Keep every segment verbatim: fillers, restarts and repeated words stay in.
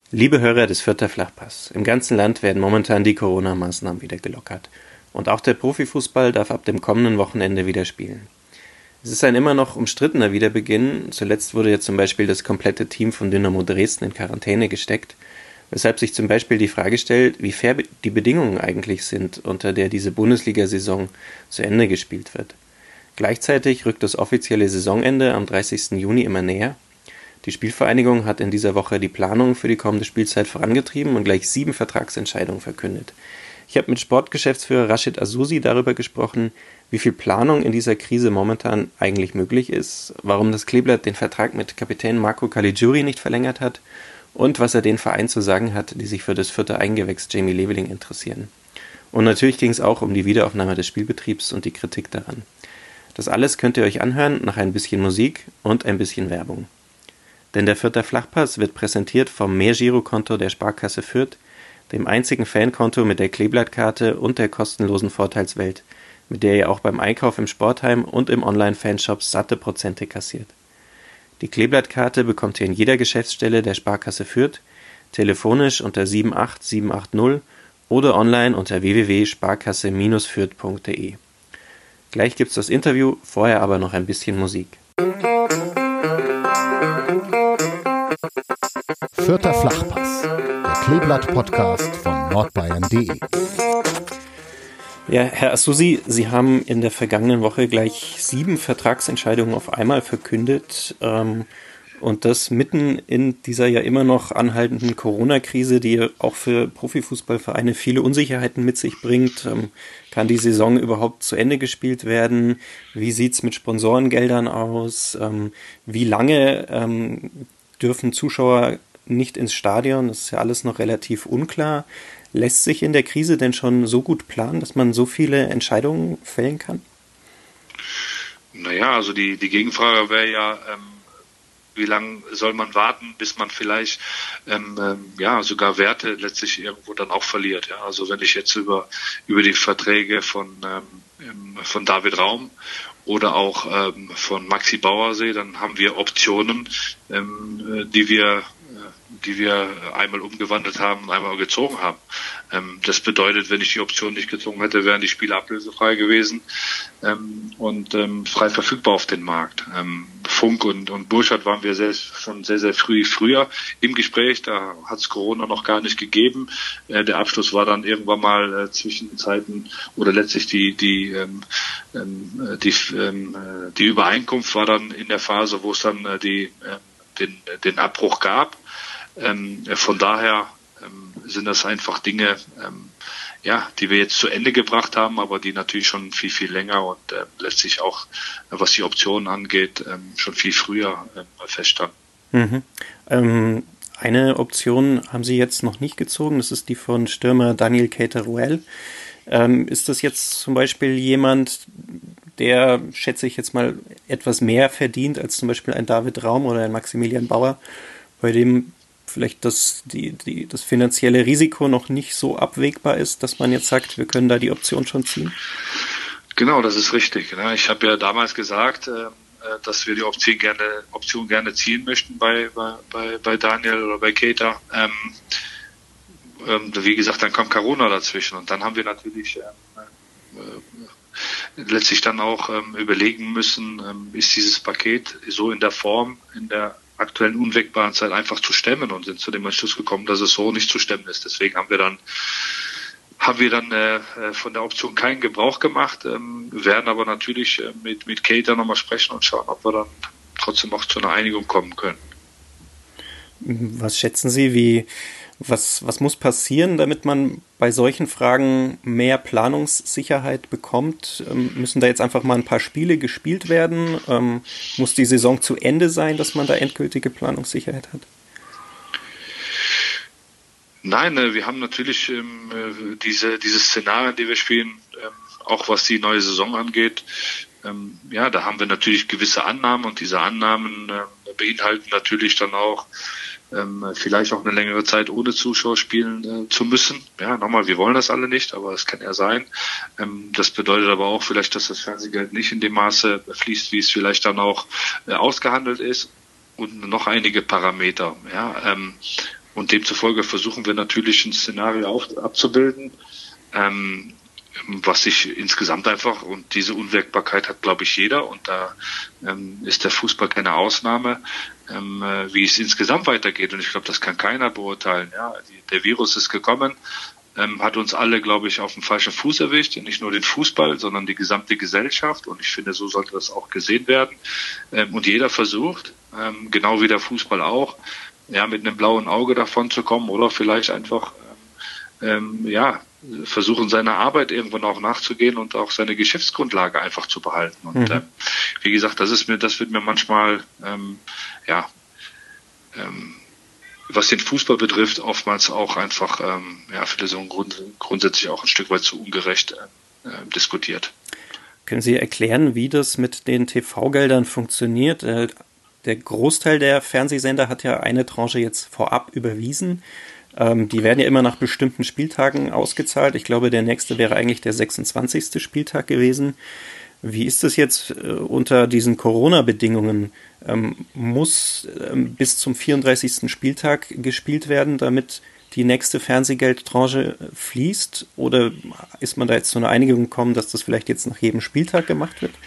Liebe Hörer des Fürther Flachpass, im ganzen Land werden momentan die Corona-Maßnahmen wieder gelockert. Und auch der Profifußball darf ab dem kommenden Wochenende wieder spielen. Es ist ein immer noch umstrittener Wiederbeginn. Zuletzt wurde ja zum Beispiel das komplette Team von Dynamo Dresden in Quarantäne gesteckt, weshalb sich zum Beispiel die Frage stellt, wie fair die Bedingungen eigentlich sind, unter der diese Bundesliga-Saison zu Ende gespielt wird. Gleichzeitig rückt das offizielle Saisonende am dreißigsten Juni immer näher. Die Spielvereinigung hat in dieser Woche die Planung für die kommende Spielzeit vorangetrieben und gleich sieben Vertragsentscheidungen verkündet. Ich habe mit Sportgeschäftsführer Rashid Azusi darüber gesprochen, wie viel Planung in dieser Krise momentan eigentlich möglich ist, warum das Kleeblatt den Vertrag mit Kapitän Marco Caligiuri nicht verlängert hat und was er den Vereinen zu sagen hat, die sich für das Fürther Eigengewächs Jamie Leveling interessieren. Und natürlich ging es auch um die Wiederaufnahme des Spielbetriebs und die Kritik daran. Das alles könnt ihr euch anhören nach ein bisschen Musik und ein bisschen Werbung. Denn der Fürther Flachpass wird präsentiert vom Mehrgirokonto der Sparkasse Fürth, dem einzigen Fankonto mit der Kleeblattkarte und der kostenlosen Vorteilswelt, mit der ihr auch beim Einkauf im Sportheim und im Online-Fanshop satte Prozente kassiert. Die Kleeblattkarte bekommt ihr in jeder Geschäftsstelle der Sparkasse Fürth, telefonisch unter sieben acht sieben acht null oder online unter w w w punkt sparkasse Bindestrich fürth punkt de. Gleich gibt's das Interview, vorher aber noch ein bisschen Musik. Fürther Flachpass, der Kleeblatt-Podcast von nordbayern punkt de. Ja, Herr Azusi, Sie haben in der vergangenen Woche gleich sieben Vertragsentscheidungen auf einmal verkündet, ähm, und das mitten in dieser ja immer noch anhaltenden Corona-Krise, die ja auch für Profifußballvereine viele Unsicherheiten mit sich bringt. Ähm, kann die Saison überhaupt zu Ende gespielt werden? Wie sieht's mit Sponsorengeldern aus? Ähm, wie lange ähm, dürfen Zuschauer nicht ins Stadion? Das ist ja alles noch relativ unklar. Lässt sich in der Krise denn schon so gut planen, dass man so viele Entscheidungen fällen kann? Naja, also die, die Gegenfrage wäre ja, ähm, wie lange soll man warten, bis man vielleicht ähm, ähm, ja sogar Werte letztlich irgendwo dann auch verliert. Ja? Also wenn ich jetzt über über die Verträge von ähm, von David Raum oder auch ähm, von Maxi Bauer sehe, dann haben wir Optionen, ähm, die wir die wir einmal umgewandelt haben und einmal gezogen haben. Ähm, das bedeutet, wenn ich die Option nicht gezogen hätte, wären die Spiele ablösefrei gewesen ähm, und ähm, frei verfügbar auf den Markt. Ähm, Funk und, und Burchard waren wir sehr, schon sehr, sehr früh früher im Gespräch. Da hat es Corona noch gar nicht gegeben. Äh, der Abschluss war dann irgendwann mal äh, zwischen Zeiten oder letztlich die die ähm, äh, die ähm, die Übereinkunft war dann in der Phase, wo es dann äh, die äh, den den Abbruch gab. Ähm, von daher ähm, sind das einfach Dinge, ähm, ja, die wir jetzt zu Ende gebracht haben, aber die natürlich schon viel, viel länger und äh, letztlich auch, äh, was die Optionen angeht, ähm, schon viel früher äh, feststanden. Mhm. Ähm, eine Option haben Sie jetzt noch nicht gezogen, das ist die von Stürmer Daniel Keita-Ruel. Ähm, ist das jetzt zum Beispiel jemand, der, schätze ich jetzt mal, etwas mehr verdient als zum Beispiel ein David Raum oder ein Maximilian Bauer, bei dem vielleicht das, die, die, das finanzielle Risiko noch nicht so abwägbar ist, dass man jetzt sagt, wir können da die Option schon ziehen? Genau, das ist richtig. Ich habe ja damals gesagt, dass wir die Option gerne, Option gerne ziehen möchten bei, bei, bei Daniel oder bei Keita. Ähm, wie gesagt, dann kam Corona dazwischen und dann haben wir natürlich ähm, äh, letztlich dann auch ähm, überlegen müssen, ähm, ist dieses Paket so in der Form, in der aktuellen unwägbaren Zeit einfach zu stemmen und sind zu dem Entschluss gekommen, dass es so nicht zu stemmen ist. Deswegen haben wir dann haben wir dann äh, von der Option keinen Gebrauch gemacht, ähm, werden aber natürlich äh, mit mit Keita nochmal sprechen und schauen, ob wir dann trotzdem auch zu einer Einigung kommen können. Was schätzen Sie, wie was was muss passieren, damit man bei solchen Fragen mehr Planungssicherheit bekommt? Ähm, müssen da jetzt einfach mal ein paar Spiele gespielt werden? Ähm, muss die Saison zu Ende sein, dass man da endgültige Planungssicherheit hat? Nein, äh, wir haben natürlich ähm, äh, diese diese Szenarien, die wir spielen, ähm, auch was die neue Saison angeht. Ähm, ja, da haben wir natürlich gewisse Annahmen und diese Annahmen äh, beinhalten natürlich dann auch ähm, vielleicht auch eine längere Zeit ohne Zuschauer spielen äh, zu müssen. Ja, nochmal, wir wollen das alle nicht, aber es kann ja sein. Ähm, das bedeutet aber auch vielleicht, dass das Fernsehgeld nicht in dem Maße fließt, wie es vielleicht dann auch äh, ausgehandelt ist und noch einige Parameter. Ja, ähm, und demzufolge versuchen wir natürlich ein Szenario auf, abzubilden, ähm, was sich insgesamt einfach, und diese Unwägbarkeit hat, glaube ich, jeder, und da ähm, ist der Fußball keine Ausnahme, ähm, äh, wie es insgesamt weitergeht. Und ich glaube, das kann keiner beurteilen. Ja, die, der Virus ist gekommen, ähm, hat uns alle, glaube ich, auf dem falschen Fuß erwischt, und nicht nur den Fußball, sondern die gesamte Gesellschaft. Und ich finde, so sollte das auch gesehen werden. Ähm, und jeder versucht, ähm, genau wie der Fußball auch, ja, mit einem blauen Auge davon zu kommen oder vielleicht einfach, ähm, ja, versuchen, seiner Arbeit irgendwann auch nachzugehen und auch seine Geschäftsgrundlage einfach zu behalten. Und mhm. äh, wie gesagt, das ist mir, das wird mir manchmal, ähm, ja, ähm, was den Fußball betrifft, oftmals auch einfach, ähm, ja, für so ein Grund, grundsätzlich auch ein Stück weit zu ungerecht äh, diskutiert. Können Sie erklären, wie das mit den T V-Geldern funktioniert? Äh, der Großteil der Fernsehsender hat ja eine Tranche jetzt vorab überwiesen. Ähm, die werden ja immer nach bestimmten Spieltagen ausgezahlt. Ich glaube, der nächste wäre eigentlich der sechsundzwanzigste Spieltag gewesen. Wie ist das jetzt äh, unter diesen Corona-Bedingungen? Ähm, muss ähm, bis zum vierunddreißigsten Spieltag gespielt werden, damit die nächste Fernsehgeldtranche fließt? Oder ist man da jetzt zu einer Einigung gekommen, dass das vielleicht jetzt nach jedem Spieltag gemacht wird?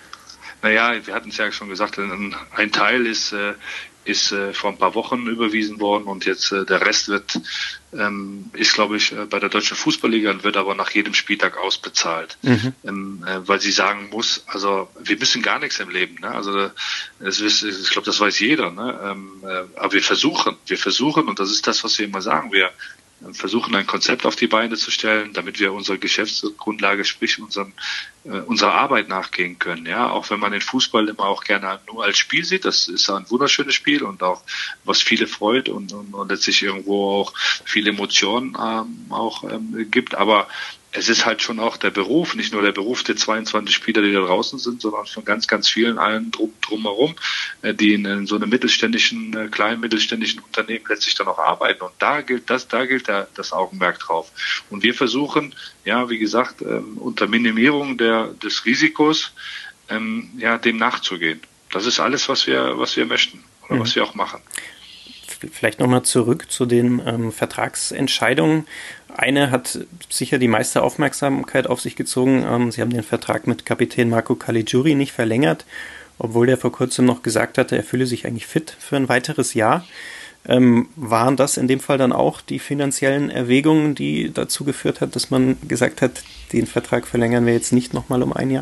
Naja, wir hatten es ja schon gesagt, ein, ein Teil ist, äh, ist äh, vor ein paar Wochen überwiesen worden, und jetzt äh, der Rest wird, ähm, ist, glaube ich, äh, bei der Deutschen Fußballliga und wird aber nach jedem Spieltag ausbezahlt. Mhm. Ähm, äh, weil sie sagen muss, also wir müssen gar nichts im Leben. Ne? Also das ist, ich glaube, das weiß jeder. Ne? Ähm, äh, aber wir versuchen, wir versuchen, und das ist das, was wir immer sagen, wir versuchen, ein Konzept auf die Beine zu stellen, damit wir unserer Geschäftsgrundlage, sprich unseren, äh, unserer Arbeit nachgehen können. Ja, auch wenn man den Fußball immer auch gerne nur als Spiel sieht, das ist ein wunderschönes Spiel und auch was viele freut und, und, und letztlich irgendwo auch viele Emotionen ähm, auch ähm, gibt. Aber es ist halt schon auch der Beruf, nicht nur der Beruf der zweiundzwanzig Spieler, die da draußen sind, sondern von ganz, ganz vielen allen drum, drumherum, äh, die in, in so einem mittelständischen, äh, kleinen mittelständischen Unternehmen letztlich dann auch arbeiten. Und da gilt das, da gilt der, das Augenmerk drauf. Und wir versuchen, ja, wie gesagt, ähm, unter Minimierung der, des Risikos, ähm, ja, dem nachzugehen. Das ist alles, was wir, was wir möchten oder mhm. was wir auch machen. Vielleicht nochmal zurück zu den ähm, Vertragsentscheidungen. Eine hat sicher die meiste Aufmerksamkeit auf sich gezogen. Ähm, Sie haben den Vertrag mit Kapitän Marco Caligiuri nicht verlängert, obwohl der vor kurzem noch gesagt hatte, er fühle sich eigentlich fit für ein weiteres Jahr. Ähm, waren das in dem Fall dann auch die finanziellen Erwägungen, die dazu geführt hat, dass man gesagt hat, den Vertrag verlängern wir jetzt nicht nochmal um ein Jahr?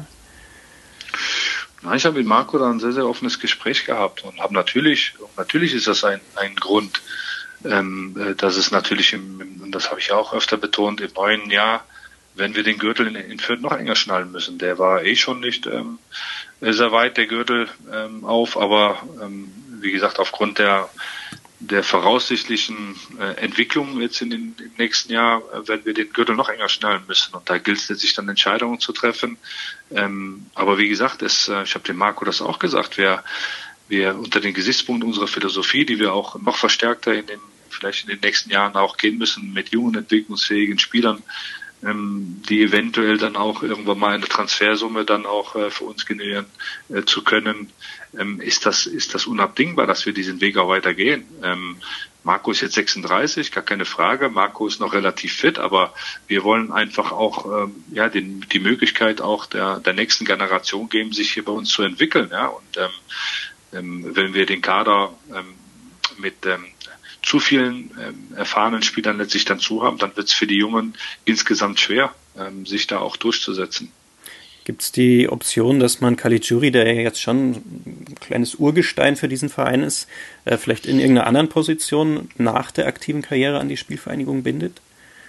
Ich habe mit Marco da ein sehr, sehr offenes Gespräch gehabt und habe natürlich, natürlich ist das ein, ein Grund, ähm, dass es natürlich, im, im, und das habe ich auch öfter betont, im neuen Jahr, wenn wir den Gürtel in, in Fürth noch enger schnallen müssen. Der war eh schon nicht ähm, sehr weit, der Gürtel ähm, auf, aber ähm, wie gesagt, aufgrund der der voraussichtlichen äh, Entwicklung jetzt in den, im nächsten Jahr äh, werden wir den Gürtel noch enger schnallen müssen. Und da gilt es letztlich dann Entscheidungen zu treffen. Ähm, aber wie gesagt, es, äh, ich habe dem Marco das auch gesagt, wir, wir unter den Gesichtspunkten unserer Philosophie, die wir auch noch verstärkter in den, vielleicht in den nächsten Jahren auch gehen müssen, mit jungen, entwicklungsfähigen Spielern, ähm, die eventuell dann auch irgendwann mal eine Transfersumme dann auch äh, für uns generieren äh, zu können, ähm, ist das ist das unabdingbar, dass wir diesen Weg auch weitergehen. Ähm, Marco ist jetzt sechsunddreißig, gar keine Frage. Marco ist noch relativ fit, aber wir wollen einfach auch ähm, ja den, die Möglichkeit auch der der nächsten Generation geben, sich hier bei uns zu entwickeln. Ja, und ähm, ähm, wenn wir den Kader ähm, mit ähm, zu vielen ähm, erfahrenen Spielern letztlich dann zu haben, dann wird es für die Jungen insgesamt schwer, ähm, sich da auch durchzusetzen. Gibt es die Option, dass man Caligiuri, der ja jetzt schon ein kleines Urgestein für diesen Verein ist, äh, vielleicht in irgendeiner anderen Position nach der aktiven Karriere an die Spielvereinigung bindet?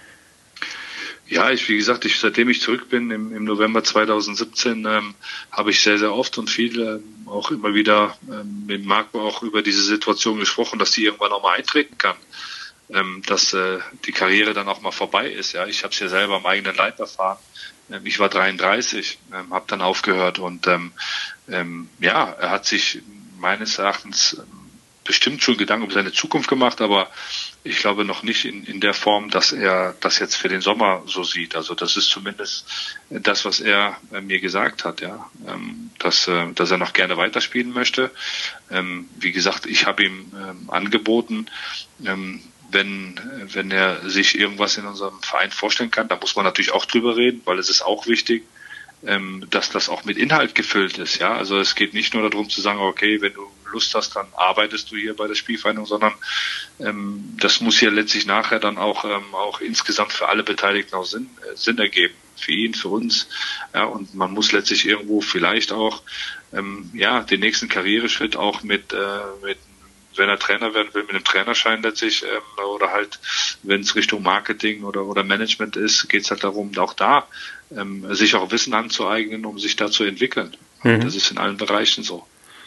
Ja, ich, wie gesagt, ich, seitdem ich zurück bin im, im November zweitausendsiebzehn, ähm, habe ich sehr, sehr oft und viel ähm, auch immer wieder ähm, mit Marco auch über diese Situation gesprochen, dass die irgendwann auch mal eintreten kann, ähm, dass äh, die Karriere dann auch mal vorbei ist. Ja, ich habe es ja selber am eigenen Leib erfahren. Ähm, ich war dreiunddreißig, ähm, habe dann aufgehört und ähm, ähm, ja, er hat sich meines Erachtens ähm, bestimmt schon Gedanken um seine Zukunft gemacht, aber ich glaube noch nicht in, in der Form, dass er das jetzt für den Sommer so sieht. Also das ist zumindest das, was er äh, mir gesagt hat, ja, ähm, dass, äh, dass er noch gerne weiterspielen möchte. Ähm, wie gesagt, ich habe ihm ähm, angeboten, ähm, wenn, wenn er sich irgendwas in unserem Verein vorstellen kann, da muss man natürlich auch drüber reden, weil es ist auch wichtig, ähm, dass das auch mit Inhalt gefüllt ist. Ja, also es geht nicht nur darum zu sagen, okay, wenn du Lust hast, dann arbeitest du hier bei der Spielvereinigung, sondern ähm, das muss ja letztlich nachher dann auch ähm, auch insgesamt für alle Beteiligten auch Sinn, äh, Sinn ergeben. Für ihn, für uns. Ja, und man muss letztlich irgendwo vielleicht auch ähm, ja den nächsten Karriereschritt auch mit äh, mit wenn er Trainer werden will, mit einem Trainerschein letztlich ähm, oder halt, wenn es Richtung Marketing oder oder Management ist, geht es halt darum, auch da ähm, sich auch Wissen anzueignen, um sich da zu entwickeln. Mhm. Das ist in allen Bereichen so.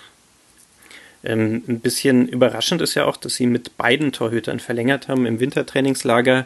Ähm, ein bisschen überraschend ist ja auch, dass sie mit beiden Torhütern verlängert haben. Im Wintertrainingslager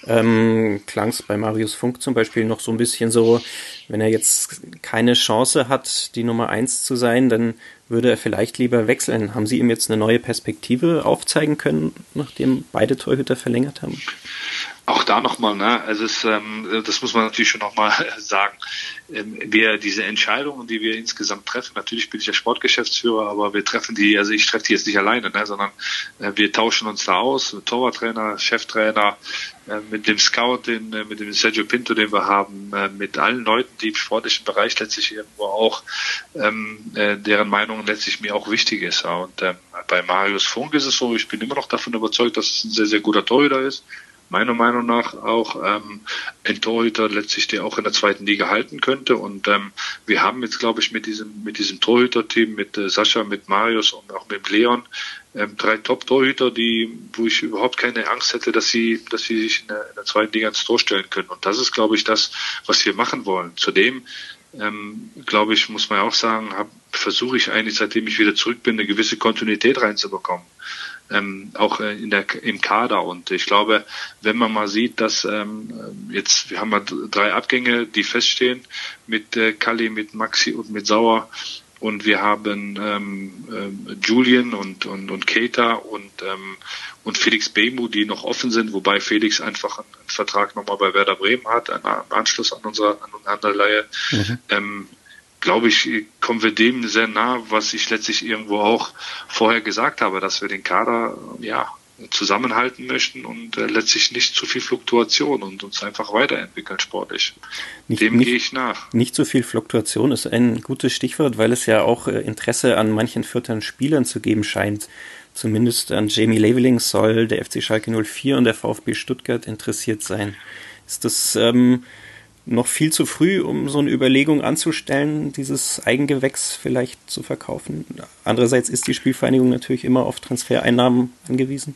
ähm, klang es bei Marius Funk zum Beispiel noch so ein bisschen so, wenn er jetzt keine Chance hat, die Nummer eins zu sein, dann würde er vielleicht lieber wechseln. Haben Sie ihm jetzt eine neue Perspektive aufzeigen können, nachdem beide Torhüter verlängert haben? Auch da nochmal, ne, also es, ähm, das muss man natürlich schon nochmal sagen. Ähm, wir, diese Entscheidungen, die wir insgesamt treffen, natürlich bin ich ja Sportgeschäftsführer, aber wir treffen die, also ich treffe die jetzt nicht alleine, ne, sondern äh, wir tauschen uns da aus, mit Torwarttrainer, Cheftrainer, äh, mit dem Scout, den, äh, mit dem Sergio Pinto, den wir haben, äh, mit allen Leuten, die im sportlichen Bereich letztlich irgendwo auch, ähm, äh, deren Meinung letztlich mir auch wichtig ist. Ja. Und äh, bei Marius Funk ist es so, ich bin immer noch davon überzeugt, dass es ein sehr, sehr guter Torhüter ist. Meiner Meinung nach auch ähm, ein Torhüter letztlich, der auch in der zweiten Liga halten könnte. Und ähm, wir haben jetzt, glaube ich, mit diesem mit diesem Torhüter-Team, mit äh, Sascha, mit Marius und auch mit Leon ähm, drei Top-Torhüter, die, wo ich überhaupt keine Angst hätte, dass sie, dass sie sich in der, in der zweiten Liga ins Tor stellen können. Und das ist, glaube ich, das, was wir machen wollen. Zudem ähm, glaube ich, muss man auch sagen, hab, versuche ich eigentlich, seitdem ich wieder zurück bin, eine gewisse Kontinuität reinzubekommen. Ähm, auch äh, in der im Kader, und ich glaube, wenn man mal sieht, dass ähm, jetzt, wir haben mal drei Abgänge, die feststehen, mit äh, Kalli, mit Maxi und mit Sauer, und wir haben ähm, äh, Julian und und und Keita und ähm, und Felix Bemu, die noch offen sind, wobei Felix einfach einen, einen Vertrag nochmal bei Werder Bremen hat, einen, einen Anschluss an unserer an unsere Leihe. Mhm. Ähm, glaube ich, kommen wir dem sehr nah, was ich letztlich irgendwo auch vorher gesagt habe, dass wir den Kader ja zusammenhalten möchten und äh, letztlich nicht zu viel Fluktuation und uns einfach weiterentwickeln sportlich. Nicht, dem nicht, gehe ich nach. Nicht zu viel Fluktuation ist ein gutes Stichwort, weil es ja auch äh, Interesse an manchen vierten Spielern zu geben scheint. Zumindest an Jamie Leveling soll der F C Schalke null vier und der VfB Stuttgart interessiert sein. Ist das ähm, noch viel zu früh, um so eine Überlegung anzustellen, dieses Eigengewächs vielleicht zu verkaufen? Andererseits ist die Spielvereinigung natürlich immer auf Transfereinnahmen angewiesen.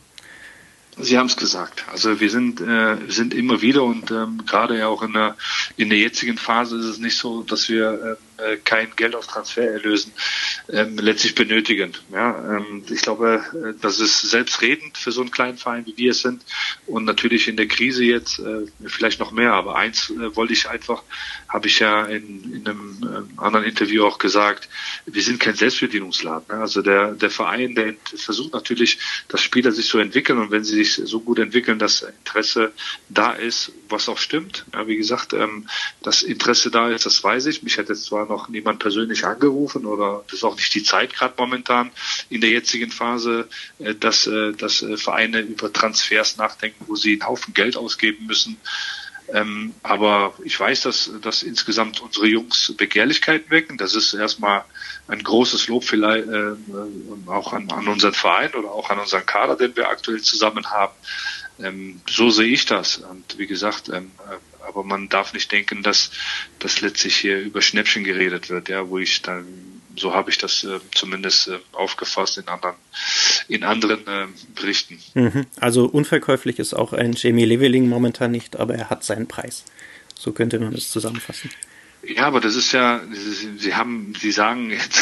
Sie haben es gesagt. Also wir sind äh, sind immer wieder, und ähm, gerade ja auch in der in der jetzigen Phase ist es nicht so, dass wir äh, kein Geld aus Transfererlösen ähm, letztlich benötigen. Ja, ähm, ich glaube, äh, das ist selbstredend für so einen kleinen Verein, wie wir es sind, und natürlich in der Krise jetzt äh, vielleicht noch mehr. Aber eins äh, wollte ich einfach, habe ich ja in, in einem äh, anderen Interview auch gesagt: Wir sind kein Selbstbedienungsladen. Ne? Also der der Verein, der versucht natürlich, dass Spieler sich so entwickeln, und wenn sie sich so gut entwickeln, dass Interesse da ist, was auch stimmt. Ja, wie gesagt, ähm, das Interesse da ist, das weiß ich. Mich hat jetzt zwar noch niemand persönlich angerufen, oder das ist auch nicht die Zeit gerade momentan in der jetzigen Phase, äh, dass, äh, dass äh, Vereine über Transfers nachdenken, wo sie einen Haufen Geld ausgeben müssen. Ähm, aber ich weiß, dass, dass insgesamt unsere Jungs Begehrlichkeiten wecken. Das ist erstmal ein großes Lob vielleicht äh, auch an, an unseren Verein oder auch an unseren Kader, den wir aktuell zusammen haben. Ähm, so sehe ich das. Und wie gesagt, ähm, aber man darf nicht denken, dass dass letztlich hier über Schnäppchen geredet wird, ja, wo ich dann, so habe ich das äh, zumindest äh, aufgefasst in anderen in anderen äh, Berichten. Mhm. Also unverkäuflich ist auch ein Jamie Leveling momentan nicht, aber er hat seinen Preis. So könnte man es zusammenfassen. Ja, aber das ist ja, Sie haben, Sie sagen jetzt,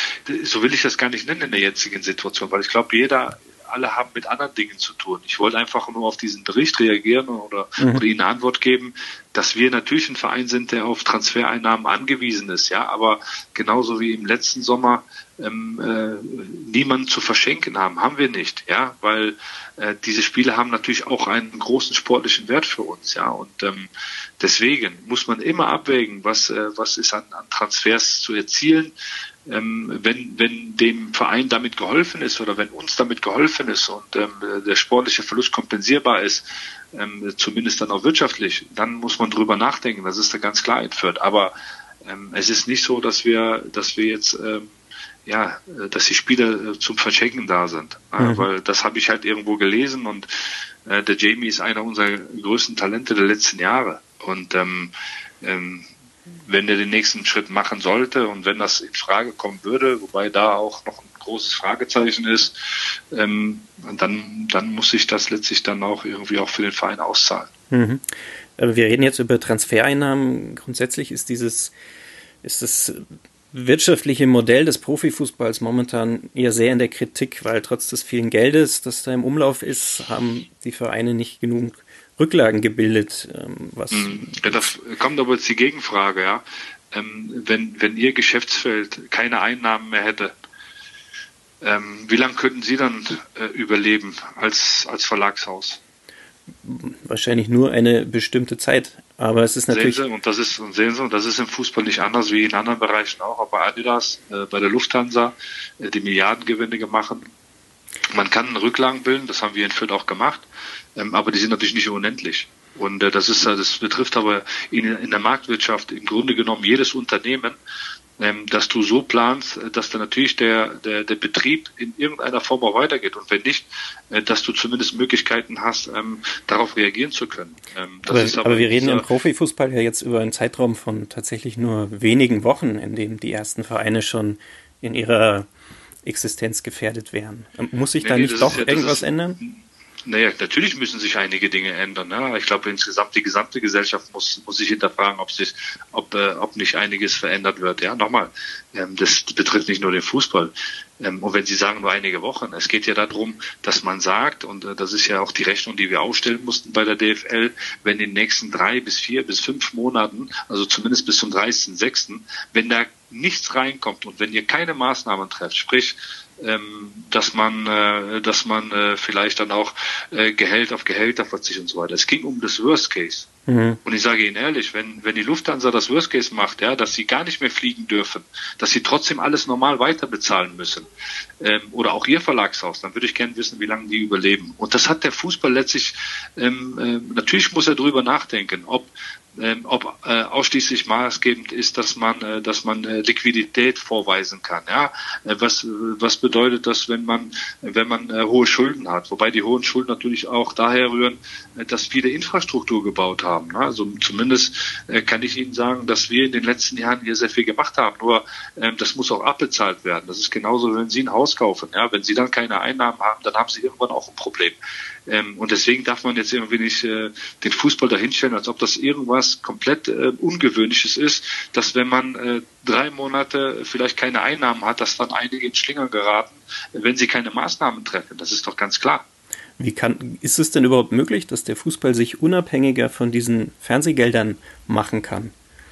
so will ich das gar nicht nennen in der jetzigen Situation, weil ich glaube, jeder, alle haben mit anderen Dingen zu tun. Ich wollte einfach nur auf diesen Bericht reagieren oder, mhm. oder Ihnen eine Antwort geben, dass wir natürlich ein Verein sind, der auf Transfereinnahmen angewiesen ist, ja, aber genauso wie im letzten Sommer ähm, äh, niemanden zu verschenken haben, haben wir nicht, ja, weil äh, diese Spiele haben natürlich auch einen großen sportlichen Wert für uns, ja, und ähm, deswegen muss man immer abwägen, was äh, was ist an, an Transfers zu erzielen, ähm, wenn, wenn dem Verein damit geholfen ist oder wenn uns damit geholfen ist und ähm, der sportliche Verlust kompensierbar ist, ähm, zumindest dann auch wirtschaftlich, dann muss man drüber nachdenken. Das ist da ganz klar in Fürth. Aber ähm, es ist nicht so, dass wir, dass wir jetzt ähm, ja, dass die Spieler äh, zum Verschenken da sind. Mhm. Äh, weil das habe ich halt irgendwo gelesen und äh, der Jamie ist einer unserer größten Talente der letzten Jahre. Und ähm, ähm, wenn er den nächsten Schritt machen sollte und wenn das in Frage kommen würde, wobei da auch noch ein großes Fragezeichen ist, ähm, dann, dann muss sich das letztlich dann auch irgendwie auch für den Verein auszahlen. Mhm. Wir reden jetzt über Transfereinnahmen. Grundsätzlich ist dieses, ist das wirtschaftliche Modell des Profifußballs momentan eher sehr in der Kritik, weil trotz des vielen Geldes, das da im Umlauf ist, haben die Vereine nicht genug Rücklagen gebildet. Was ja, das kommt aber jetzt die Gegenfrage, ja. Ähm, wenn, wenn Ihr Geschäftsfeld keine Einnahmen mehr hätte, ähm, wie lange könnten Sie dann äh, überleben als, als Verlagshaus? Wahrscheinlich nur eine bestimmte Zeit. Aber es ist natürlich. Sehen Sie, und das ist, und sehen Sie, und das ist im Fußball nicht anders wie in anderen Bereichen auch, auch bei Adidas, äh, bei der Lufthansa, äh, die Milliardengewinne machen. Man kann Rücklagen bilden, das haben wir in Fürth auch gemacht, ähm, aber die sind natürlich nicht unendlich. Und äh, das ist, das betrifft aber in, in der Marktwirtschaft im Grunde genommen jedes Unternehmen, ähm, dass du so planst, dass dann natürlich der, der, der Betrieb in irgendeiner Form auch weitergeht. Und wenn nicht, äh, dass du zumindest Möglichkeiten hast, ähm, darauf reagieren zu können. Ähm, das aber, ist aber, aber wir reden im Profifußball ja jetzt über einen Zeitraum von tatsächlich nur wenigen Wochen, in dem die ersten Vereine schon in ihrer Existenz gefährdet wären. Muss sich nee, da nicht doch ja, irgendwas ist, ändern? Naja, natürlich müssen sich einige Dinge ändern. Ne? Ich glaube, insgesamt die gesamte Gesellschaft muss, muss sich hinterfragen, ob sich, ob, äh, ob nicht einiges verändert wird. Ja, nochmal, ähm, das betrifft nicht nur den Fußball. Ähm, und wenn Sie sagen nur einige Wochen, es geht ja darum, dass man sagt, und äh, das ist ja auch die Rechnung, die wir aufstellen mussten bei der D F L, wenn in den nächsten drei bis vier bis fünf Monaten, also zumindest bis zum dreißigsten sechsten, wenn da nichts reinkommt und wenn ihr keine Maßnahmen trefft, sprich, ähm, dass man, äh, dass man äh, vielleicht dann auch äh, Gehalt auf Gehälter verzichtet und so weiter. Es ging um das Worst Case. Mhm. Und ich sage Ihnen ehrlich, wenn, wenn die Lufthansa das Worst Case macht, ja, dass sie gar nicht mehr fliegen dürfen, dass sie trotzdem alles normal weiter bezahlen müssen, ähm, oder auch Ihr Verlagshaus, dann würde ich gerne wissen, wie lange die überleben. Und das hat der Fußball letztlich, ähm, äh, natürlich muss er drüber nachdenken, ob Ähm, ob äh, ausschließlich maßgebend ist, dass man, äh, dass man äh, Liquidität vorweisen kann. Ja, äh, was was bedeutet das, wenn man wenn man äh, hohe Schulden hat? Wobei die hohen Schulden natürlich auch daher rühren, äh, dass viele Infrastruktur gebaut haben. Ne? Also zumindest äh, kann ich Ihnen sagen, dass wir in den letzten Jahren hier sehr viel gemacht haben. Nur äh, das muss auch abbezahlt werden. Das ist genauso, wenn Sie ein Haus kaufen. Ja, wenn Sie dann keine Einnahmen haben, dann haben Sie irgendwann auch ein Problem. Ähm, und deswegen darf man jetzt irgendwie nicht äh, den Fußball dahinstellen, als ob das irgendwas komplett äh, Ungewöhnliches ist, dass wenn man äh, drei Monate vielleicht keine Einnahmen hat, dass dann einige in Schlingern geraten, wenn sie keine Maßnahmen treffen. Das ist doch ganz klar. Wie kann, ist es denn überhaupt möglich, dass der Fußball sich unabhängiger von diesen Fernsehgeldern machen kann?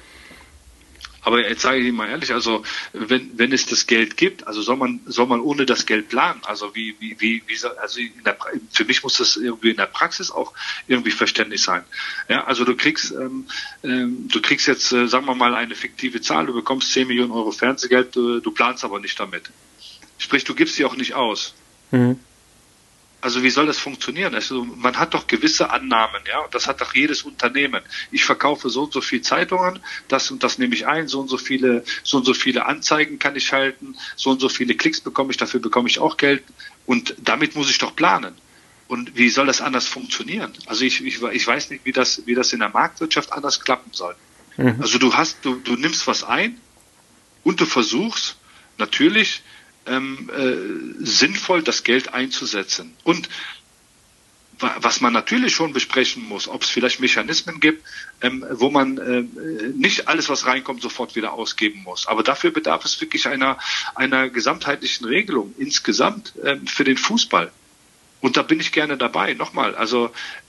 Aber jetzt sage ich Ihnen mal ehrlich, also wenn wenn es das Geld gibt, also soll man soll man ohne das Geld planen. Also wie wie wie wie soll, also in der, für mich muss das irgendwie in der Praxis auch irgendwie verständlich sein. Ja, also du kriegst ähm, ähm, du kriegst jetzt äh, sagen wir mal eine fiktive Zahl, du bekommst zehn Millionen Euro Fernsehgeld, du, du planst aber nicht damit. Sprich, du gibst sie auch nicht aus. Mhm. Also wie soll das funktionieren? Also man hat doch gewisse Annahmen, ja, und das hat doch jedes Unternehmen. Ich verkaufe so und so viele Zeitungen, das und das nehme ich ein, so und so viele, so und so viele Anzeigen kann ich halten, so und so viele Klicks bekomme ich, dafür bekomme ich auch Geld und damit muss ich doch planen. Und wie soll das anders funktionieren? Also ich, ich, ich weiß nicht, wie das, wie das in der Marktwirtschaft anders klappen soll. Mhm. Also du hast, du, du nimmst was ein und du versuchst natürlich Ähm, äh, sinnvoll das Geld einzusetzen. Und wa- was man natürlich schon besprechen muss, ob es vielleicht Mechanismen gibt, ähm, wo man äh, nicht alles, was reinkommt, sofort wieder ausgeben muss. Aber dafür bedarf es wirklich einer, einer gesamtheitlichen Regelung insgesamt ähm, für den Fußball. Und da bin ich gerne dabei. Nochmal, also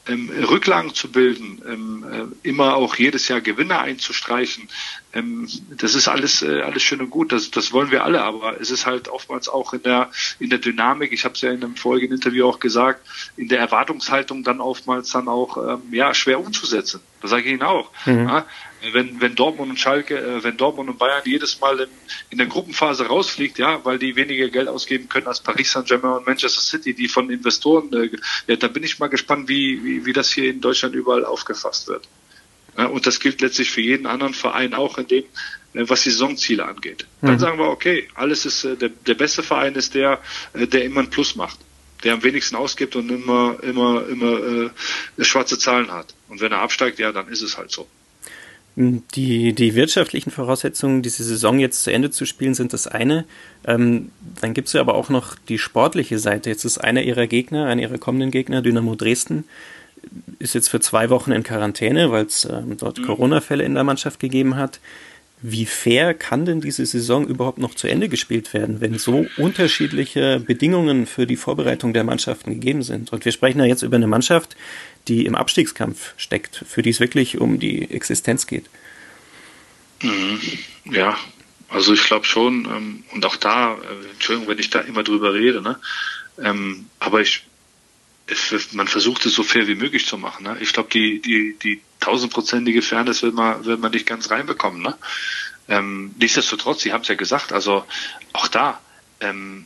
ähm, Rücklagen zu bilden, ähm, äh, immer auch jedes Jahr Gewinne einzustreichen, ähm, das ist alles äh, alles schön und gut, das, das wollen wir alle, aber es ist halt oftmals auch in der in der Dynamik, ich habe es ja in einem vorigen Interview auch gesagt, in der Erwartungshaltung dann oftmals dann auch ähm, ja schwer umzusetzen. Das sage ich Ihnen auch. Mhm. Ja, wenn wenn Dortmund und Schalke, äh, wenn Dortmund und Bayern jedes Mal in, in der Gruppenphase rausfliegt, ja, weil die weniger Geld ausgeben können als Paris Saint-Germain und Manchester City, die von Investoren, äh, ja, da bin ich mal gespannt, wie, wie wie das hier in Deutschland überall aufgefasst wird. Ja, und das gilt letztlich für jeden anderen Verein auch in dem, was die Saisonziele angeht. Dann mhm. sagen wir, okay, alles ist äh, der, der beste Verein ist der, äh, der immer ein Plus macht, der am wenigsten ausgibt und immer immer immer äh, schwarze Zahlen hat. Und wenn er absteigt, ja, dann ist es halt so. Die, die wirtschaftlichen Voraussetzungen, diese Saison jetzt zu Ende zu spielen, sind das eine. Ähm, dann gibt es ja aber auch noch die sportliche Seite. Jetzt ist einer ihrer Gegner, einer ihrer kommenden Gegner, Dynamo Dresden, ist jetzt für zwei Wochen in Quarantäne, weil es ähm, dort mhm. Corona-Fälle in der Mannschaft gegeben hat. Wie fair kann denn diese Saison überhaupt noch zu Ende gespielt werden, wenn so unterschiedliche Bedingungen für die Vorbereitung der Mannschaften gegeben sind? Und wir sprechen ja jetzt über eine Mannschaft, die im Abstiegskampf steckt, für die es wirklich um die Existenz geht. Mhm. Ja, also ich glaube schon, ähm, und auch da, äh, Entschuldigung, wenn ich da immer drüber rede, ne? Ähm, aber ich man versucht es so fair wie möglich zu machen. Ne? Ich glaube, die die die tausendprozentige Fairness wird man wird man nicht ganz reinbekommen. Ne? Ähm, nichtsdestotrotz, Sie haben es ja gesagt, also auch da, ähm,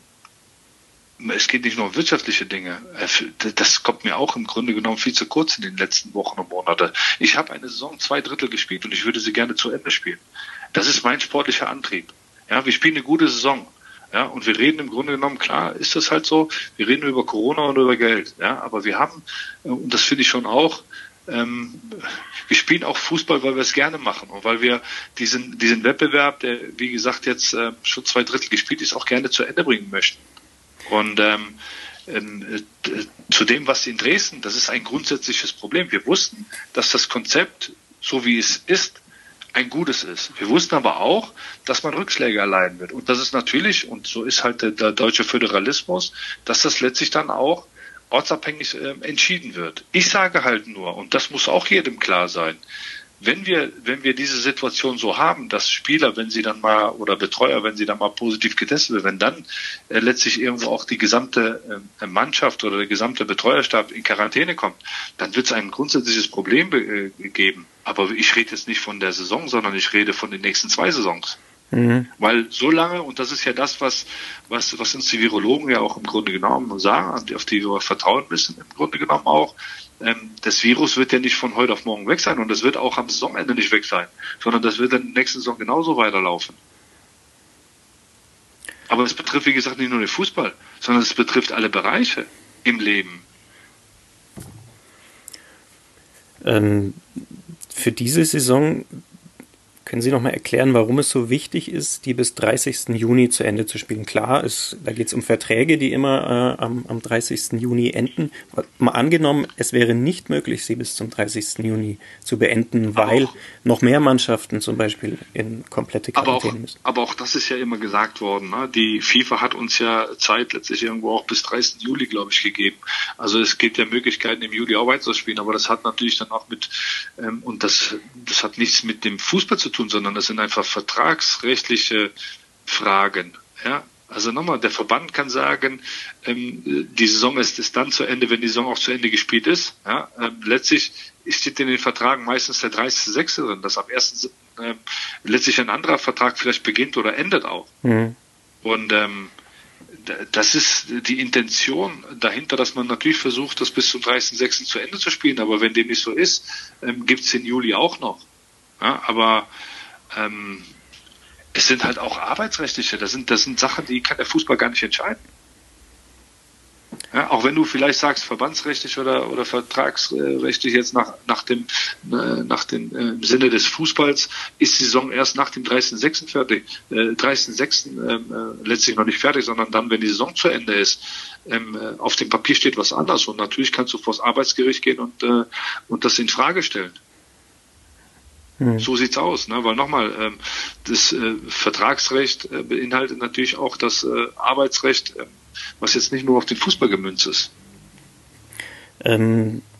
es geht nicht nur um wirtschaftliche Dinge. Das kommt mir auch im Grunde genommen viel zu kurz in den letzten Wochen und Monaten. Ich habe eine Saison zwei Drittel gespielt und ich würde sie gerne zu Ende spielen. Das ist mein sportlicher Antrieb. Ja, wir spielen eine gute Saison. Ja, und wir reden im Grunde genommen, klar, ist das halt so, wir reden über Corona und über Geld, ja, aber wir haben, und das finde ich schon auch, ähm, wir spielen auch Fußball, weil wir es gerne machen und weil wir diesen, diesen Wettbewerb, der, wie gesagt, jetzt äh, schon zwei Drittel gespielt ist, auch gerne zu Ende bringen möchten. Und ähm, äh, zu dem, was in Dresden, das ist ein grundsätzliches Problem. Wir wussten, dass das Konzept, so wie es ist, ein gutes ist. Wir wussten aber auch, dass man Rückschläge erleiden wird. Und das ist natürlich, und so ist halt der, der deutsche Föderalismus, dass das letztlich dann auch ortsabhängig äh, entschieden wird. Ich sage halt nur, und das muss auch jedem klar sein, wenn wir, wenn wir diese Situation so haben, dass Spieler, wenn sie dann mal, oder Betreuer, wenn sie dann mal positiv getestet werden, wenn dann äh, letztlich irgendwo auch die gesamte äh, Mannschaft oder der gesamte Betreuerstab in Quarantäne kommt, dann wird es ein grundsätzliches Problem äh, geben. Aber ich rede jetzt nicht von der Saison, sondern ich rede von den nächsten zwei Saisons. Mhm. Weil so lange, und das ist ja das, was, was, was uns die Virologen ja auch im Grunde genommen sagen, auf die wir vertrauen müssen, im Grunde genommen auch, ähm, das Virus wird ja nicht von heute auf morgen weg sein und das wird auch am Saisonende nicht weg sein, sondern das wird dann in der nächsten Saison genauso weiterlaufen. Aber es betrifft, wie gesagt, nicht nur den Fußball, sondern es betrifft alle Bereiche im Leben. Ähm, für diese Saison können Sie noch mal erklären, warum es so wichtig ist, die bis dreißigsten Juni zu Ende zu spielen? Klar, es, da geht es um Verträge, die immer äh, am, am dreißigsten Juni enden. Mal angenommen, es wäre nicht möglich, sie bis zum dreißigsten Juni zu beenden, weil auch noch mehr Mannschaften zum Beispiel in komplette Quarantäne müssen. Aber auch das ist ja immer gesagt worden. Ne? Die FIFA hat uns ja Zeit letztlich irgendwo auch bis dreißigsten Juli, glaube ich, gegeben. Also es gibt ja Möglichkeiten, im Juli auch weiterzuspielen, aber das hat natürlich dann auch mit, ähm, und das, das hat nichts mit dem Fußball zu tun, sondern das sind einfach vertragsrechtliche Fragen. Ja, also nochmal, der Verband kann sagen, ähm, die Saison ist, ist dann zu Ende, wenn die Saison auch zu Ende gespielt ist. Ja, ähm, letztlich steht in den Vertragen meistens der dreißigste sechste drin, dass ab ersten siebten Ähm, letztlich ein anderer Vertrag vielleicht beginnt oder endet auch. Mhm. Und ähm, das ist die Intention dahinter, dass man natürlich versucht, das bis zum dreißigsten sechsten zu Ende zu spielen, aber wenn dem nicht so ist, ähm, gibt es den Juli auch noch. Ja, aber ähm, es sind halt auch arbeitsrechtliche, das sind, das sind Sachen, die kann der Fußball gar nicht entscheiden. Ja, auch wenn du vielleicht sagst, verbandsrechtlich oder, oder vertragsrechtlich jetzt nach, nach dem, äh, nach dem äh, im Sinne des Fußballs ist die Saison erst nach dem dreißigsten sechsten fertig, äh, dreißigsten sechsten Äh, letztlich noch nicht fertig, sondern dann, wenn die Saison zu Ende ist. Ähm, äh, auf dem Papier steht was anderes und natürlich kannst du vor das Arbeitsgericht gehen und, äh, und das in Frage stellen. So sieht's aus, ne? Weil nochmal, ähm, das äh, Vertragsrecht äh, beinhaltet natürlich auch das äh, Arbeitsrecht, äh, was jetzt nicht nur auf den Fußball gemünzt ist. Ähm,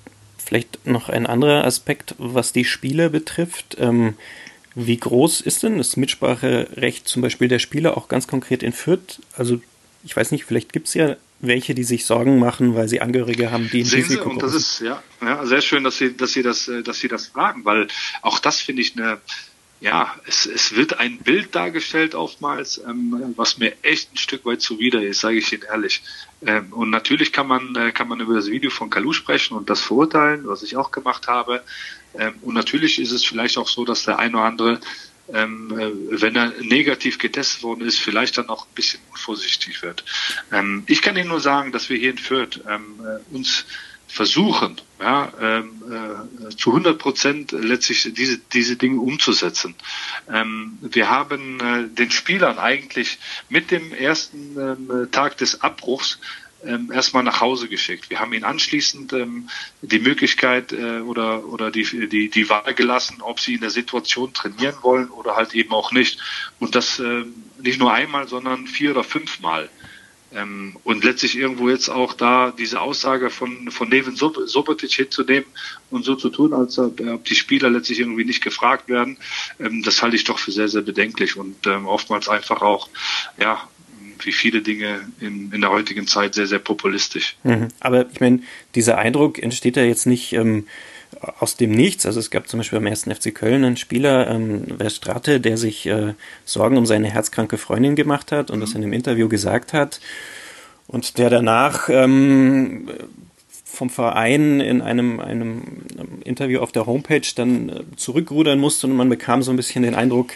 Vielleicht noch ein anderer Aspekt, was die Spieler betrifft. Ähm, wie groß ist denn das Mitspracherecht zum Beispiel der Spieler auch ganz konkret in Fürth? Also ich weiß nicht, vielleicht gibt es ja welche, die sich Sorgen machen, weil sie Angehörige haben, die in Risiko sind. Und das ist ja, ja sehr schön, dass Sie, dass Sie das, dass Sie das fragen, weil auch das finde ich eine, ja, es, es wird ein Bild dargestellt oftmals, ähm, was mir echt ein Stück weit zuwider ist, sage ich Ihnen ehrlich. Ähm, und natürlich kann man, äh, kann man über das Video von Kalou sprechen und das verurteilen, was ich auch gemacht habe. Ähm, und natürlich ist es vielleicht auch so, dass der ein oder andere, ähm, äh, wenn er negativ getestet worden ist, vielleicht dann auch ein bisschen unvorsichtig wird. Ähm, ich kann Ihnen nur sagen, dass wir hier in Fürth ähm, äh, uns versuchen, ja, ähm, äh, zu hundert Prozent letztlich diese diese Dinge umzusetzen. Ähm, wir haben äh, den Spielern eigentlich mit dem ersten ähm, Tag des Abbruchs ähm, erstmal nach Hause geschickt. Wir haben ihnen anschließend ähm, die Möglichkeit äh, oder oder die die die Wahl gelassen, ob sie in der Situation trainieren wollen oder halt eben auch nicht. Und das äh, nicht nur einmal, sondern vier oder fünfmal. Ähm, und letztlich irgendwo jetzt auch da diese Aussage von von Neven Subotic hinzunehmen und so zu tun, als ob die Spieler letztlich irgendwie nicht gefragt werden, ähm, das halte ich doch für sehr, sehr bedenklich und ähm, oftmals einfach auch, ja, wie viele Dinge in, in der heutigen Zeit sehr, sehr populistisch. Mhm. Aber ich meine, dieser Eindruck entsteht ja jetzt nicht ähm, aus dem Nichts. Also es gab zum Beispiel beim ersten F C Köln einen Spieler, ähm, Verstrate, der sich äh, Sorgen um seine herzkranke Freundin gemacht hat und mhm. das in einem Interview gesagt hat und der danach ähm, vom Verein in einem, einem Interview auf der Homepage dann äh, zurückrudern musste und man bekam so ein bisschen den Eindruck,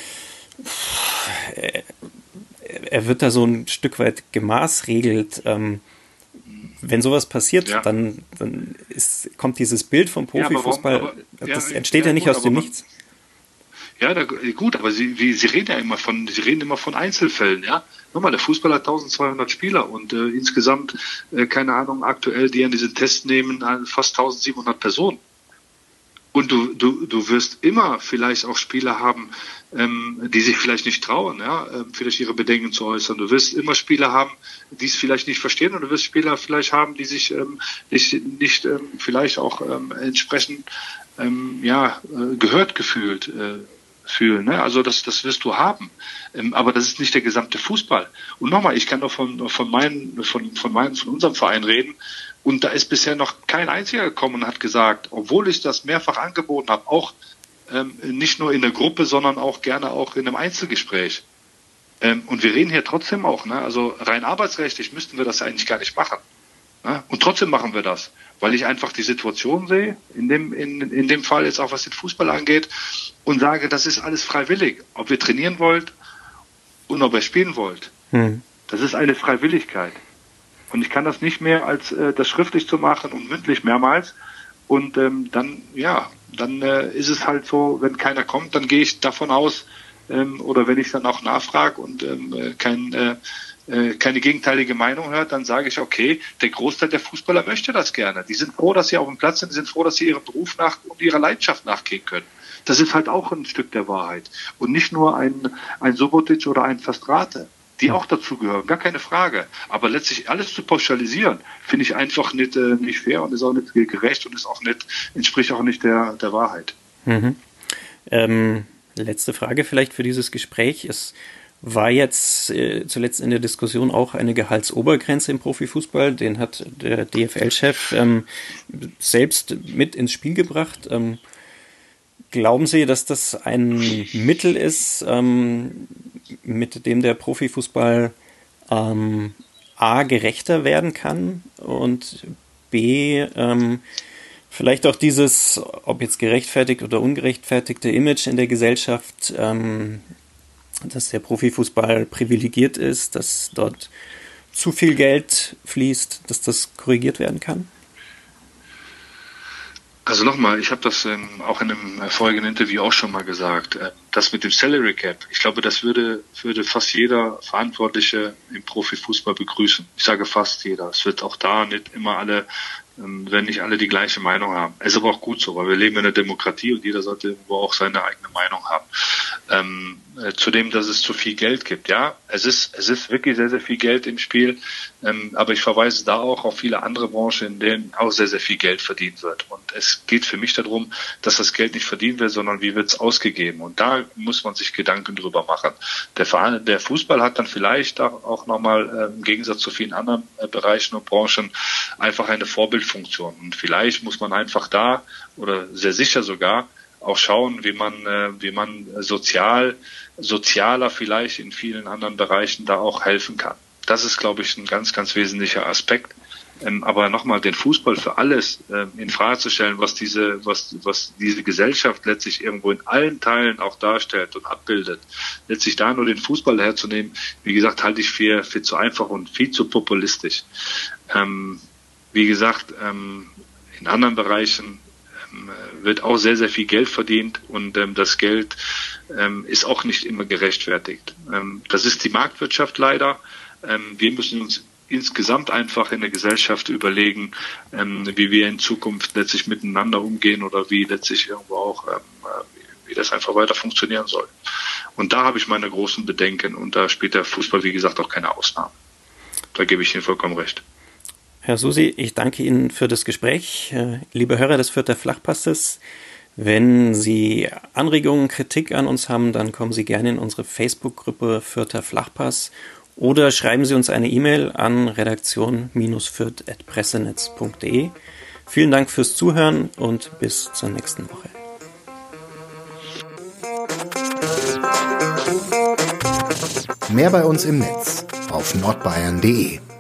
äh, er wird da so ein Stück weit gemaßregelt. Ähm, wenn sowas passiert, ja. dann, dann ist, kommt dieses Bild vom Profifußball, ja, aber warum, aber, das ja, entsteht ja, ja nicht gut, aus dem man, Nichts. Ja, da, gut, aber Sie, wie, Sie reden ja immer von, Sie reden immer von Einzelfällen, ja. Nochmal, der Fußball hat eintausendzweihundert Spieler und äh, insgesamt, äh, keine Ahnung, aktuell, die an diesen Test nehmen, fast eintausendsiebenhundert Personen. Und du, du, du wirst immer vielleicht auch Spieler haben, ähm, die sich vielleicht nicht trauen, ja, äh, vielleicht ihre Bedenken zu äußern. Du wirst immer Spieler haben, die es vielleicht nicht verstehen, und du wirst Spieler vielleicht haben, die sich ähm, nicht, nicht ähm, vielleicht auch ähm, entsprechend ähm, ja äh, gehört gefühlt äh, fühlen. Ne? Also das, das wirst du haben. Ähm, aber das ist nicht der gesamte Fußball. Und nochmal, ich kann doch von von meinen, von von meinen, von unserem Verein reden. Und da ist bisher noch kein einziger gekommen und hat gesagt, obwohl ich das mehrfach angeboten habe, auch ähm, nicht nur in der Gruppe, sondern auch gerne auch in einem Einzelgespräch. Ähm, und wir reden hier trotzdem auch, ne? Also rein arbeitsrechtlich müssten wir das eigentlich gar nicht machen. Ne? Und trotzdem machen wir das, weil ich einfach die Situation sehe, in dem, in, in dem Fall jetzt auch was den Fußball angeht, und sage, das ist alles freiwillig. Ob ihr trainieren wollt und ob ihr spielen wollt. Hm. Das ist eine Freiwilligkeit. Und ich kann das nicht mehr als äh, das schriftlich zu machen und mündlich mehrmals. Und ähm, dann, ja, dann äh, ist es halt so, wenn keiner kommt, dann gehe ich davon aus, ähm, oder wenn ich dann auch nachfrage und ähm, kein, äh, äh, keine gegenteilige Meinung hört, dann sage ich, okay, der Großteil der Fußballer möchte das gerne. Die sind froh, dass sie auf dem Platz sind, die sind froh, dass sie ihrem Beruf nach und ihrer Leidenschaft nachgehen können. Das ist halt auch ein Stück der Wahrheit. Und nicht nur ein, ein Subotic oder ein Verstrate, die auch dazu gehören, gar keine Frage. Aber letztlich alles zu pauschalisieren, finde ich einfach nicht, äh, nicht fair und ist auch nicht gerecht und ist auch nicht, entspricht auch nicht der, der Wahrheit. Mhm. Ähm, letzte Frage vielleicht für dieses Gespräch. Es war jetzt äh, zuletzt in der Diskussion auch eine Gehaltsobergrenze im Profifußball. Den hat der D F L-Chef ähm, selbst mit ins Spiel gebracht. Ähm, Glauben Sie, dass das ein Mittel ist, ähm, mit dem der Profifußball ähm, A, gerechter werden kann und B, ähm, vielleicht auch dieses, ob jetzt gerechtfertigt oder ungerechtfertigte Image in der Gesellschaft, ähm, dass der Profifußball privilegiert ist, dass dort zu viel Geld fließt, dass das korrigiert werden kann? Also nochmal, ich habe das ähm, auch in einem vorigen Interview auch schon mal gesagt, äh, das mit dem Salary Cap, ich glaube, das würde würde fast jeder Verantwortliche im Profifußball begrüßen. Ich sage fast jeder. Es wird auch da nicht immer alle wenn nicht alle die gleiche Meinung haben. Es ist aber auch gut so, weil wir leben in einer Demokratie und jeder sollte irgendwo auch seine eigene Meinung haben. Ähm, äh, zudem, dass es zu viel Geld gibt. Ja, es ist es ist wirklich sehr, sehr viel Geld im Spiel, ähm, aber ich verweise da auch auf viele andere Branchen, in denen auch sehr, sehr viel Geld verdient wird. Und es geht für mich darum, dass das Geld nicht verdient wird, sondern wie wird es ausgegeben. Und da muss man sich Gedanken drüber machen. Der Verein, der Fußball hat dann vielleicht auch nochmal äh, im Gegensatz zu vielen anderen äh, Bereichen und Branchen einfach eine Vorbildfunktion. Und vielleicht muss man einfach da oder sehr sicher sogar auch schauen, wie man, äh, wie man sozial, sozialer vielleicht in vielen anderen Bereichen da auch helfen kann. Das ist, glaube ich, ein ganz, ganz wesentlicher Aspekt. Ähm, aber nochmal, den Fußball für alles äh, in Frage zu stellen, was diese, was, was diese Gesellschaft letztlich irgendwo in allen Teilen auch darstellt und abbildet, letztlich da nur den Fußball herzunehmen, wie gesagt, halte ich für, für zu einfach und viel zu populistisch. Ähm, wie gesagt, ähm, in anderen Bereichen wird auch sehr, sehr viel Geld verdient und ähm, das Geld ähm, ist auch nicht immer gerechtfertigt. Ähm, das ist die Marktwirtschaft leider. Ähm, wir müssen uns insgesamt einfach in der Gesellschaft überlegen, ähm, wie wir in Zukunft letztlich miteinander umgehen oder wie letztlich irgendwo auch, ähm, wie, wie das einfach weiter funktionieren soll. Und da habe ich meine großen Bedenken und da spielt der Fußball, wie gesagt, auch keine Ausnahme. Da gebe ich Ihnen vollkommen recht. Herr Susi, ich danke Ihnen für das Gespräch. Liebe Hörer des Fürther Flachpasses, wenn Sie Anregungen, Kritik an uns haben, dann kommen Sie gerne in unsere Facebook-Gruppe Fürther Flachpass oder schreiben Sie uns eine E-Mail an redaktion fürth at pressenetz punkt de. Vielen Dank fürs Zuhören und bis zur nächsten Woche. Mehr bei uns im Netz auf nordbayern punkt de.